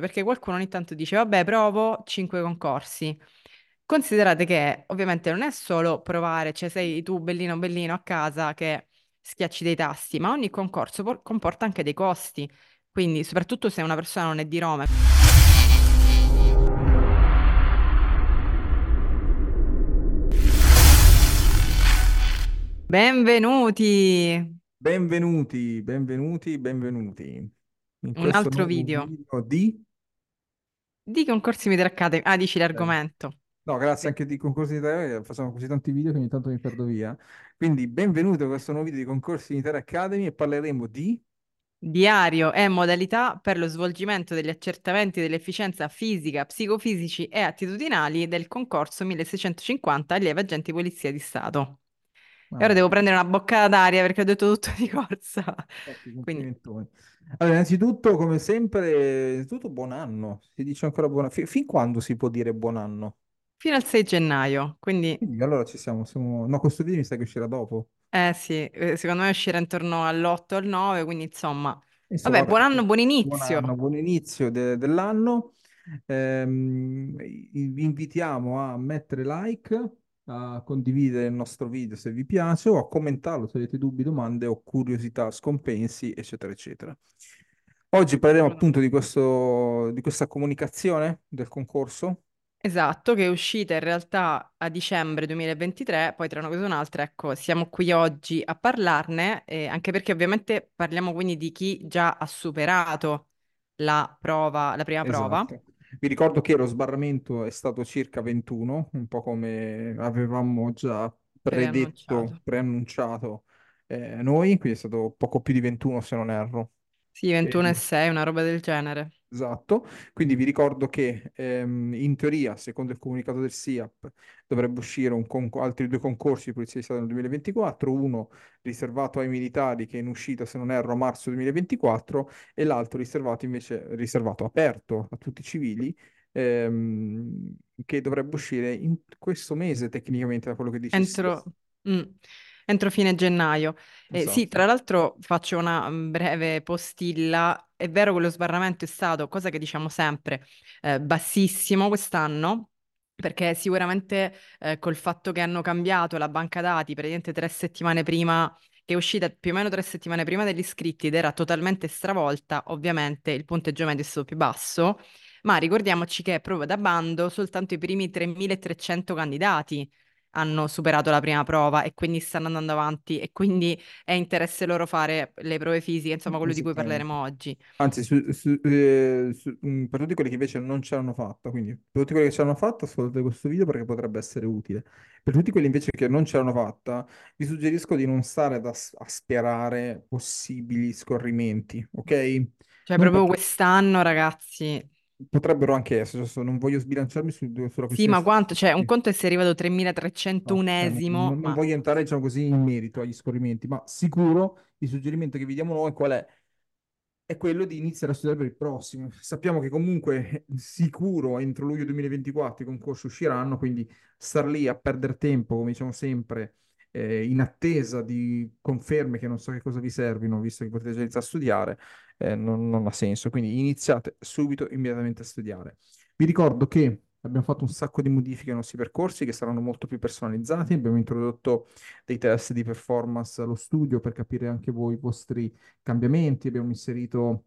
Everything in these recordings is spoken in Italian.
perché qualcuno ogni tanto dice, vabbè, provo 5 concorsi. Considerate che ovviamente non è solo provare, cioè sei tu bellino bellino a casa che schiacci dei tasti, ma ogni concorso comporta anche dei costi. Quindi, soprattutto se una persona non è di Roma. Benvenuti! Benvenuti, benvenuti, benvenuti in Un questo altro nuovo video video di... di concorsi Media Academy. Ah, dici eh, l'argomento. No, grazie Sì. anche di concorsi in Italia, che facciamo così tanti video che ogni tanto mi perdo via. Quindi benvenuti a questo nuovo video di concorsi in Italia Academy e parleremo di... Diario è modalità per lo svolgimento degli accertamenti dell'efficienza fisica, psicofisici e attitudinali del concorso 1650 allievi agenti di Polizia di Stato. E ora Mamma devo mia, prendere una boccata d'aria perché ho detto tutto di corsa. infatti, Quindi, complimentoni. Allora, innanzitutto, come sempre, innanzitutto buon anno. Si dice ancora buon anno. Fin quando si può dire buon anno? fino al 6 gennaio. Quindi, Quindi allora ci siamo... No, questo video mi sa che uscirà dopo. sì, secondo me uscirà intorno all'8 o al 9, quindi insomma. Insomma, Vabbè, buon vabbè, anno, buon buon anno, inizio. buon inizio dell'anno. Vi invitiamo a mettere like, a condividere il nostro video se vi piace o a commentarlo se avete dubbi, domande o curiosità, scompensi, eccetera, eccetera. Oggi parleremo appunto di questa comunicazione del concorso. Esatto, che è uscita in realtà a dicembre 2023, poi tra una cosa e un'altra, ecco, siamo qui oggi a parlarne, anche perché ovviamente parliamo quindi di chi già ha superato la prova, la prima prova, Esatto. Vi ricordo che lo sbarramento è stato circa 21, un po' come avevamo già preannunciato. predetto, preannunciato noi, quindi è stato poco più di 21 se non erro. Sì, 21 e E- 6, una roba del genere. Esatto, quindi vi ricordo che in teoria, secondo il comunicato del SIAP, dovrebbe uscire altri due concorsi di Polizia di Stato nel 2024, uno riservato ai militari che è in uscita, se non erro, a marzo 2024 e l'altro riservato invece, riservato aperto a tutti i civili, che dovrebbe uscire in questo mese tecnicamente da quello che dice il Entro, SIAP. mm, entro fine gennaio. Sì, Esatto, tra l'altro faccio una breve postilla. È vero che lo sbarramento è stato, cosa che diciamo sempre, bassissimo quest'anno, perché sicuramente col fatto che hanno cambiato la banca dati praticamente 3 settimane prima, che è uscita più o meno 3 settimane prima degli iscritti ed era totalmente stravolta, ovviamente il punteggio medio è stato più basso, ma ricordiamoci che proprio da bando soltanto i primi 3.300 candidati hanno superato la prima prova e quindi stanno andando avanti e quindi è interesse loro fare le prove fisiche, insomma, quello di cui esattamente. parleremo oggi. Anzi, per tutti quelli che invece non ce l'hanno fatta, quindi per tutti quelli che ce l'hanno fatta, ascoltate questo video perché potrebbe essere utile. Per tutti quelli invece che non ce l'hanno fatta, vi suggerisco di non stare a sperare possibili scorrimenti, ok? Cioè, Non proprio perché quest'anno, ragazzi, potrebbero anche essere, adesso non voglio sbilanciarmi sulla sì, questione ma quanto? Cioè, un scorrimenti. conto è se è arrivato No, cioè, 3301esimo, non ma voglio entrare, diciamo così, in merito agli scorrimenti, ma sicuro il suggerimento che vi diamo noi qual è? È quello di iniziare a studiare per il prossimo. Sappiamo che comunque sicuro entro luglio 2024 i concorsi usciranno, quindi star lì a perdere tempo, come diciamo sempre, in attesa di conferme che non so che cosa vi servino, visto che potete già iniziare a studiare, non ha senso. Quindi iniziate subito, immediatamente a studiare. Vi ricordo che abbiamo fatto un sacco di modifiche ai nostri percorsi che saranno molto più personalizzati. Abbiamo introdotto dei test di performance allo studio per capire anche voi i vostri cambiamenti, abbiamo inserito,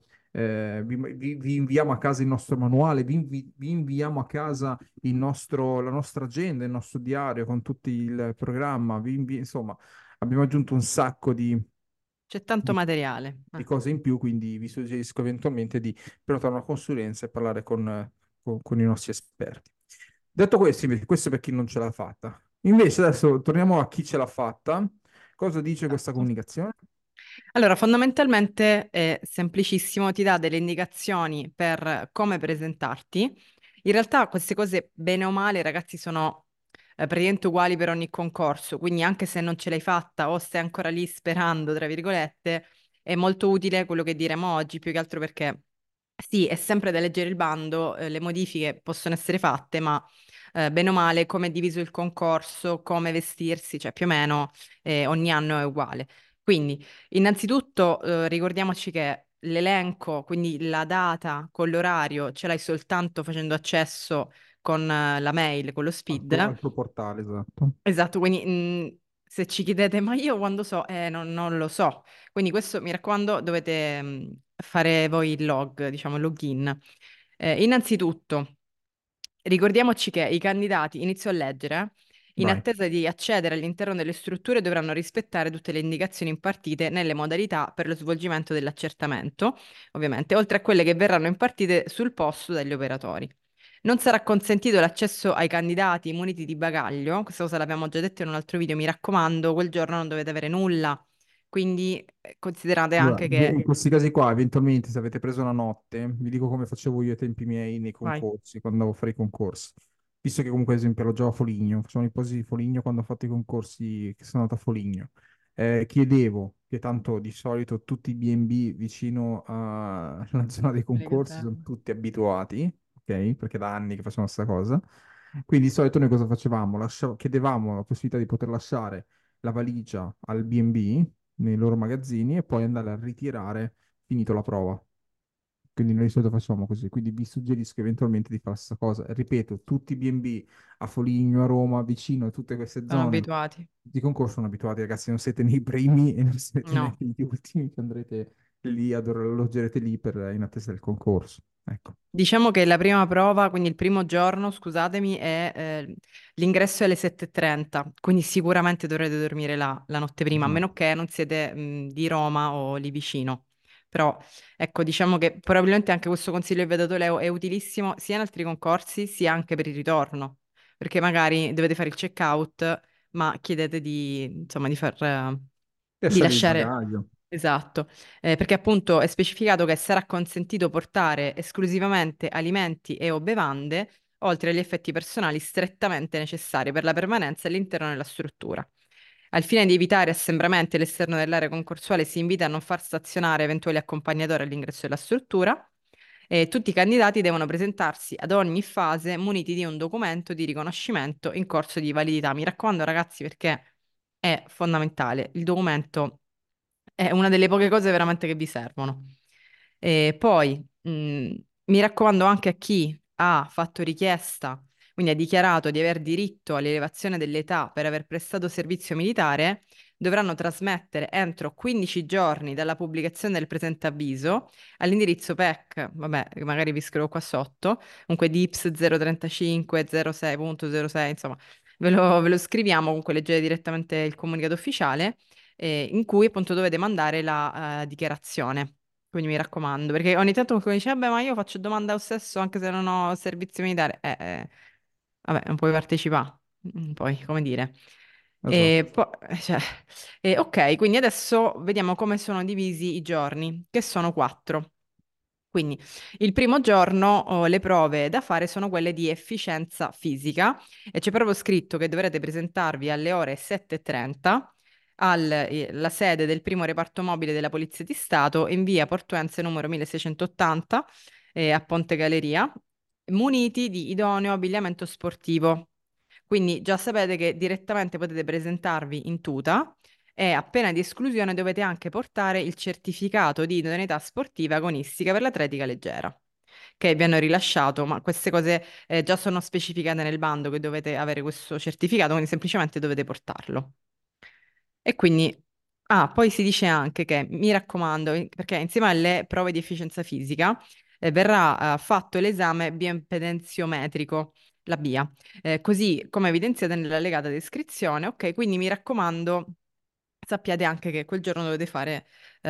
vi inviamo a casa il nostro manuale, vi inviamo a casa la nostra agenda, il nostro diario con tutto il programma, insomma, abbiamo aggiunto un sacco c'è tanto di- materiale. di cose in più, quindi vi suggerisco eventualmente di prenotare una consulenza e parlare con i nostri esperti. Detto questo, invece, questo è per chi non ce l'ha fatta. Invece adesso torniamo a chi ce l'ha fatta. Cosa dice questa Esatto. comunicazione? Allora, fondamentalmente è semplicissimo, ti dà delle indicazioni per come presentarti. In realtà queste cose, bene o male, ragazzi, sono praticamente uguali per ogni concorso, quindi anche se non ce l'hai fatta o stai ancora lì sperando, tra virgolette, è molto utile quello che diremo oggi, più che altro perché sì, è sempre da leggere il bando, le modifiche possono essere fatte, ma bene o male come è diviso il concorso, come vestirsi, cioè più o meno ogni anno è uguale. Quindi, innanzitutto, ricordiamoci che l'elenco, quindi la data con l'orario, ce l'hai soltanto facendo accesso con la mail, con lo SPID. Al tuo portale, esatto. Esatto, quindi se ci chiedete, ma io quando so, non lo so. Quindi questo mi raccomando, dovete fare voi il log, diciamo il login. Innanzitutto, ricordiamoci che i candidati, inizio a leggere, in Vai. attesa di accedere all'interno delle strutture dovranno rispettare tutte le indicazioni impartite nelle modalità per lo svolgimento dell'accertamento, ovviamente, oltre a quelle che verranno impartite sul posto dagli operatori. Non sarà consentito l'accesso ai candidati muniti di bagaglio, questa cosa l'abbiamo già detto in un altro video, mi raccomando, quel giorno non dovete avere nulla, quindi considerate Allora, anche che... in questi casi qua, eventualmente, se avete preso una notte, vi dico come facevo io ai tempi miei nei Vai, concorsi, quando andavo a fare i concorsi. Visto che comunque, ad esempio, ero già a Foligno, facevano i posi di Foligno quando ho fatto i concorsi che sono andato a Foligno. Chiedevo, che tanto di solito tutti i B&B vicino alla zona dei le concorsi sono caserme. tutti abituati, ok? Perché da anni che facciamo questa cosa. Quindi di solito noi cosa facevamo? Chiedevamo la possibilità di poter lasciare la valigia al B&B nei loro magazzini e poi andare a ritirare finito la prova. Quindi noi di solito facciamo così. Quindi vi suggerisco eventualmente di fare la stessa cosa. Ripeto, tutti i B&B a Foligno, a Roma, vicino a tutte queste Sono zone abituati. di concorso sono abituati, ragazzi. Non siete né i primi e non siete No. neanche gli ultimi che andrete lì, alloggerete lì in attesa del concorso. Ecco. Diciamo che la prima prova, quindi il primo giorno, scusatemi, è l'ingresso è alle 7:30, quindi sicuramente dovrete dormire là la notte prima, a meno Esatto. che non siete di Roma o lì vicino. Però ecco, diciamo che probabilmente anche questo consiglio che vi ha dato Leo è utilissimo sia in altri concorsi sia anche per il ritorno, perché magari dovete fare il check-out, ma chiedete di, insomma, di Lasciargli il lasciare... bagaglio. Esatto. Perché appunto è specificato che sarà consentito portare esclusivamente alimenti e o bevande, oltre agli effetti personali strettamente necessari per la permanenza all'interno della struttura. Al fine di evitare assembramenti all'esterno dell'area concorsuale, si invita a non far stazionare eventuali accompagnatori all'ingresso della struttura. E tutti i candidati devono presentarsi ad ogni fase muniti di un documento di riconoscimento in corso di validità. Mi raccomando, ragazzi, perché è fondamentale. Il documento è una delle poche cose veramente che vi servono. E poi mi raccomando anche a chi ha fatto richiesta, quindi ha dichiarato di aver diritto all'elevazione dell'età per aver prestato servizio militare, dovranno trasmettere entro 15 giorni dalla pubblicazione del presente avviso all'indirizzo PEC, vabbè, magari vi scrivo qua sotto, comunque DIPS 035 06.06, insomma, ve lo scriviamo, comunque leggete direttamente il comunicato ufficiale in cui appunto dovete mandare la dichiarazione. Quindi mi raccomando, perché ogni tanto qualcuno dice, vabbè, ma io faccio domanda lo stesso anche se non ho servizio militare. Vabbè, non puoi partecipare, poi, come dire. E Esatto. poi, cioè, ok, quindi adesso vediamo come sono divisi i giorni, che sono 4. Quindi il primo giorno le prove da fare sono quelle di efficienza fisica e c'è proprio scritto che dovrete presentarvi alle ore 7:30 alla sede del primo reparto mobile della Polizia di Stato in via Portuense numero 1680 a Ponte Galeria, muniti di idoneo abbigliamento sportivo. Quindi già sapete che direttamente potete presentarvi in tuta e a pena di esclusione dovete anche portare il certificato di idoneità sportiva agonistica per l'atletica leggera, che vi hanno rilasciato, ma queste cose già sono specificate nel bando che dovete avere questo certificato, quindi semplicemente dovete portarlo. E quindi, poi si dice anche che, mi raccomando, perché insieme alle prove di efficienza fisica verrà fatto l'esame bioimpedenziometrico, la BIA, così come evidenziato nell'allegata descrizione. Ok, quindi mi raccomando, sappiate anche che quel giorno dovete fare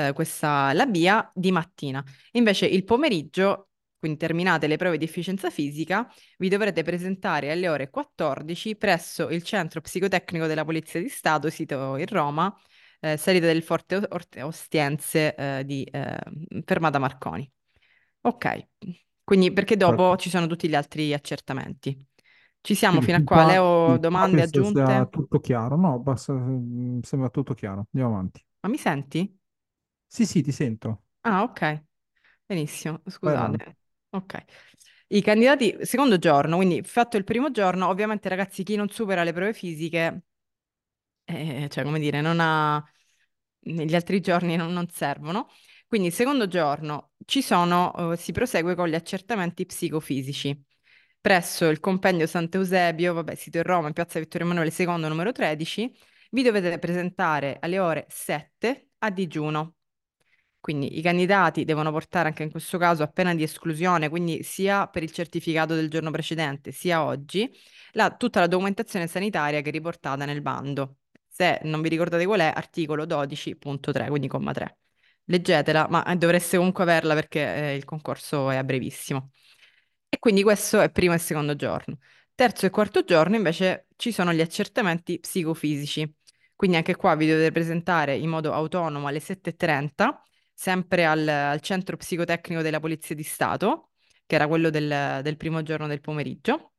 la BIA di mattina. Invece il pomeriggio, quindi terminate le prove di efficienza fisica, vi dovrete presentare alle ore 14 presso il centro psicotecnico della Polizia di Stato, sito in Roma, salita del Forte Ostiense di Fermata Marconi. Ok, quindi perché dopo Perfetto. ci sono tutti gli altri accertamenti. Ci siamo Quindi fino a qua. Leo, fin qua domande penso sia aggiunte? tutto chiaro. No, basta, sembra tutto chiaro. Andiamo avanti. Ma mi senti? Sì, sì, ti sento. Ah, ok. Benissimo, Vai avanti. scusate. Ok. I candidati, secondo giorno, quindi fatto il primo giorno, ovviamente ragazzi, chi non supera le prove fisiche, cioè come dire, non ha, negli altri giorni non servono. Quindi il secondo giorno si prosegue con gli accertamenti psicofisici. Presso il compendio Sant'Eusebio, vabbè, sito in Roma, in piazza Vittorio Emanuele II, numero 13, vi dovete presentare alle ore 7 a digiuno. Quindi i candidati devono portare anche in questo caso a pena di esclusione, quindi sia per il certificato del giorno precedente, sia oggi, tutta la documentazione sanitaria che è riportata nel bando. Se non vi ricordate qual è, articolo 12.3, quindi comma 3. Leggetela, ma dovreste comunque averla perché il concorso è a brevissimo. E quindi questo è primo e secondo giorno. Terzo e quarto giorno invece ci sono gli accertamenti psicofisici. Quindi anche qua vi dovete presentare in modo autonomo alle 7:30, sempre al centro psicotecnico della Polizia di Stato, che era quello del primo giorno del pomeriggio,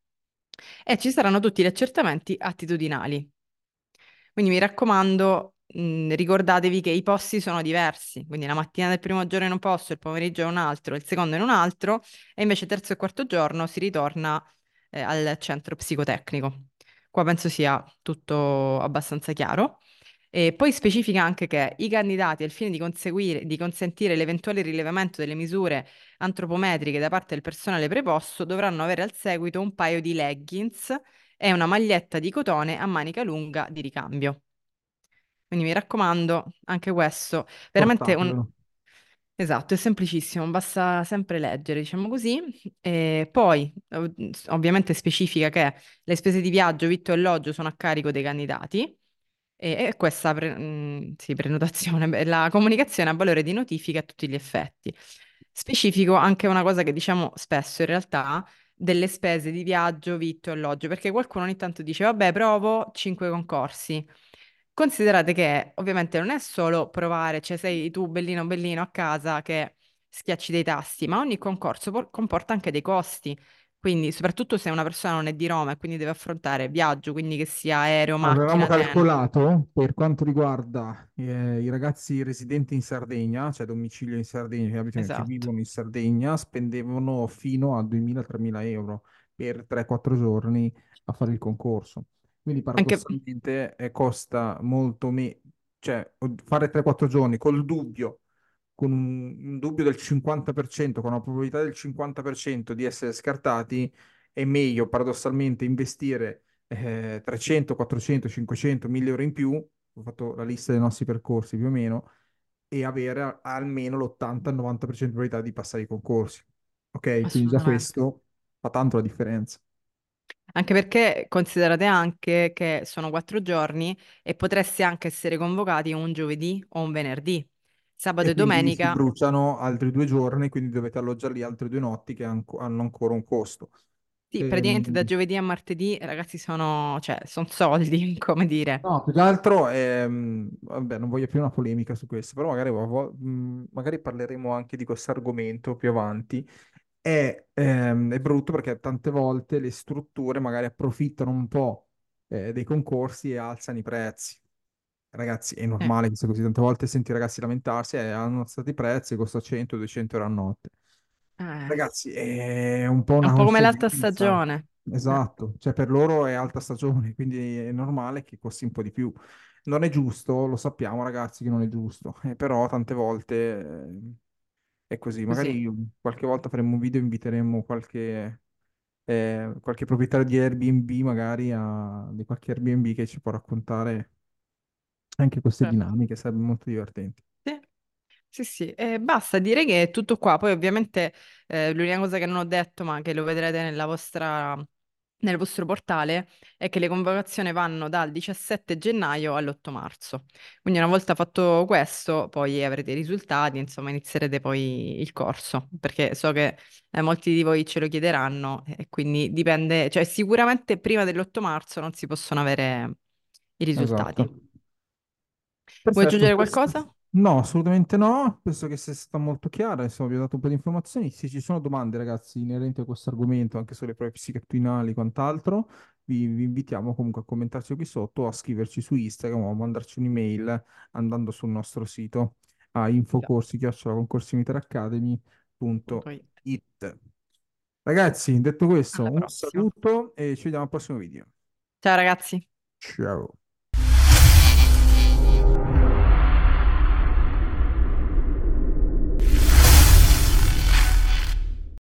e ci saranno tutti gli accertamenti attitudinali. Quindi mi raccomando, ricordatevi che i posti sono diversi, quindi la mattina del primo giorno in un posto, il pomeriggio in un altro, il secondo in un altro, e invece terzo e quarto giorno si ritorna al centro psicotecnico. Qua penso sia tutto abbastanza chiaro. E poi specifica anche che i candidati, al fine di consentire l'eventuale rilevamento delle misure antropometriche da parte del personale preposto, dovranno avere al seguito un paio di leggings e una maglietta di cotone a manica lunga di ricambio. Quindi mi raccomando, anche questo, veramente un... Portatevelo. Esatto, è semplicissimo, basta sempre leggere, diciamo così. E poi, ovviamente specifica che le spese di viaggio, vitto e alloggio sono a carico dei candidati e questa sì, prenotazione, beh, la comunicazione ha valore di notifica a tutti gli effetti. Specifico anche una cosa che diciamo spesso in realtà, delle spese di viaggio, vitto e alloggio, perché qualcuno ogni tanto dice, vabbè, provo 5 concorsi. Considerate che ovviamente non è solo provare, cioè sei tu bellino bellino a casa che schiacci dei tasti, ma ogni concorso comporta anche dei costi. Quindi, soprattutto se una persona non è di Roma e quindi deve affrontare viaggio, quindi che sia aereo, Avevamo macchina, treno. calcolato per quanto riguarda i ragazzi residenti in Sardegna, cioè domicilio in Sardegna, che Esatto. vivono in Sardegna, spendevano fino a 2.000-3.000 euro per 3-4 giorni a fare il concorso. Quindi Anche... paradossalmente costa molto meno, cioè fare 3-4 giorni col dubbio, con un dubbio del 50%, con una probabilità del 50% di essere scartati, è meglio paradossalmente investire 300, 400, 500, 1000 euro in più, ho fatto la lista dei nostri percorsi più o meno, e avere almeno l'80-90% di probabilità di passare i concorsi. Ok, quindi già Assolutamente. questo fa tanto la differenza. Anche perché considerate anche che sono 4 giorni e potreste anche essere convocati un giovedì o un venerdì. Sabato E e quindi si domenica, bruciano altri 2 giorni, quindi dovete alloggiare lì altre 2 notti che hanno ancora un costo. sì, praticamente da Ehm, giovedì a martedì, ragazzi, cioè, sono soldi, come dire. No, più che altro, vabbè, non voglio più una polemica su questo, però magari parleremo anche di questo argomento più avanti. È brutto perché tante volte le strutture magari approfittano un po' dei concorsi e alzano i prezzi. Ragazzi, è Eh, normale che sia così. Tante volte senti i ragazzi lamentarsi e hanno alzato i prezzi, costa 100-200 euro a notte. eh, Ragazzi, è un po' è una un po' come l'alta conseguenza. stagione. Eh, Esatto, cioè per loro è alta stagione, quindi è normale che costi un po' di più. Non è giusto, lo sappiamo ragazzi che non è giusto, però tante volte è così. così, Magari qualche volta faremo un video e inviteremo qualche proprietario di Airbnb, magari di qualche Airbnb che ci può raccontare anche queste certo. dinamiche, sarebbe molto divertente. Sì, sì, sì. Basta dire che è tutto qua. Poi ovviamente l'unica cosa che non ho detto, ma che lo vedrete nel vostro portale, è che le convocazioni vanno dal 17 gennaio all'8 marzo. Quindi una volta fatto questo, poi avrete i risultati, insomma, inizierete poi il corso, perché so che molti di voi ce lo chiederanno e quindi dipende, cioè sicuramente prima dell'8 marzo non si possono avere i risultati. Esatto. Vuoi Perfetto. aggiungere qualcosa? No, assolutamente no. Penso che sia stata molto chiara. Insomma, vi ho dato un po' di informazioni. Se ci sono domande, ragazzi, inerenti a questo argomento, anche sulle prove psicoattuinali e quant'altro, vi invitiamo comunque a commentarci qui sotto, a scriverci su Instagram o a mandarci un'email andando sul nostro sito a Poi, infocorsi@concorsimiteracademy.it. Ragazzi, detto questo, alla un prossima. saluto e ci vediamo al prossimo video. Ciao ragazzi. Ciao.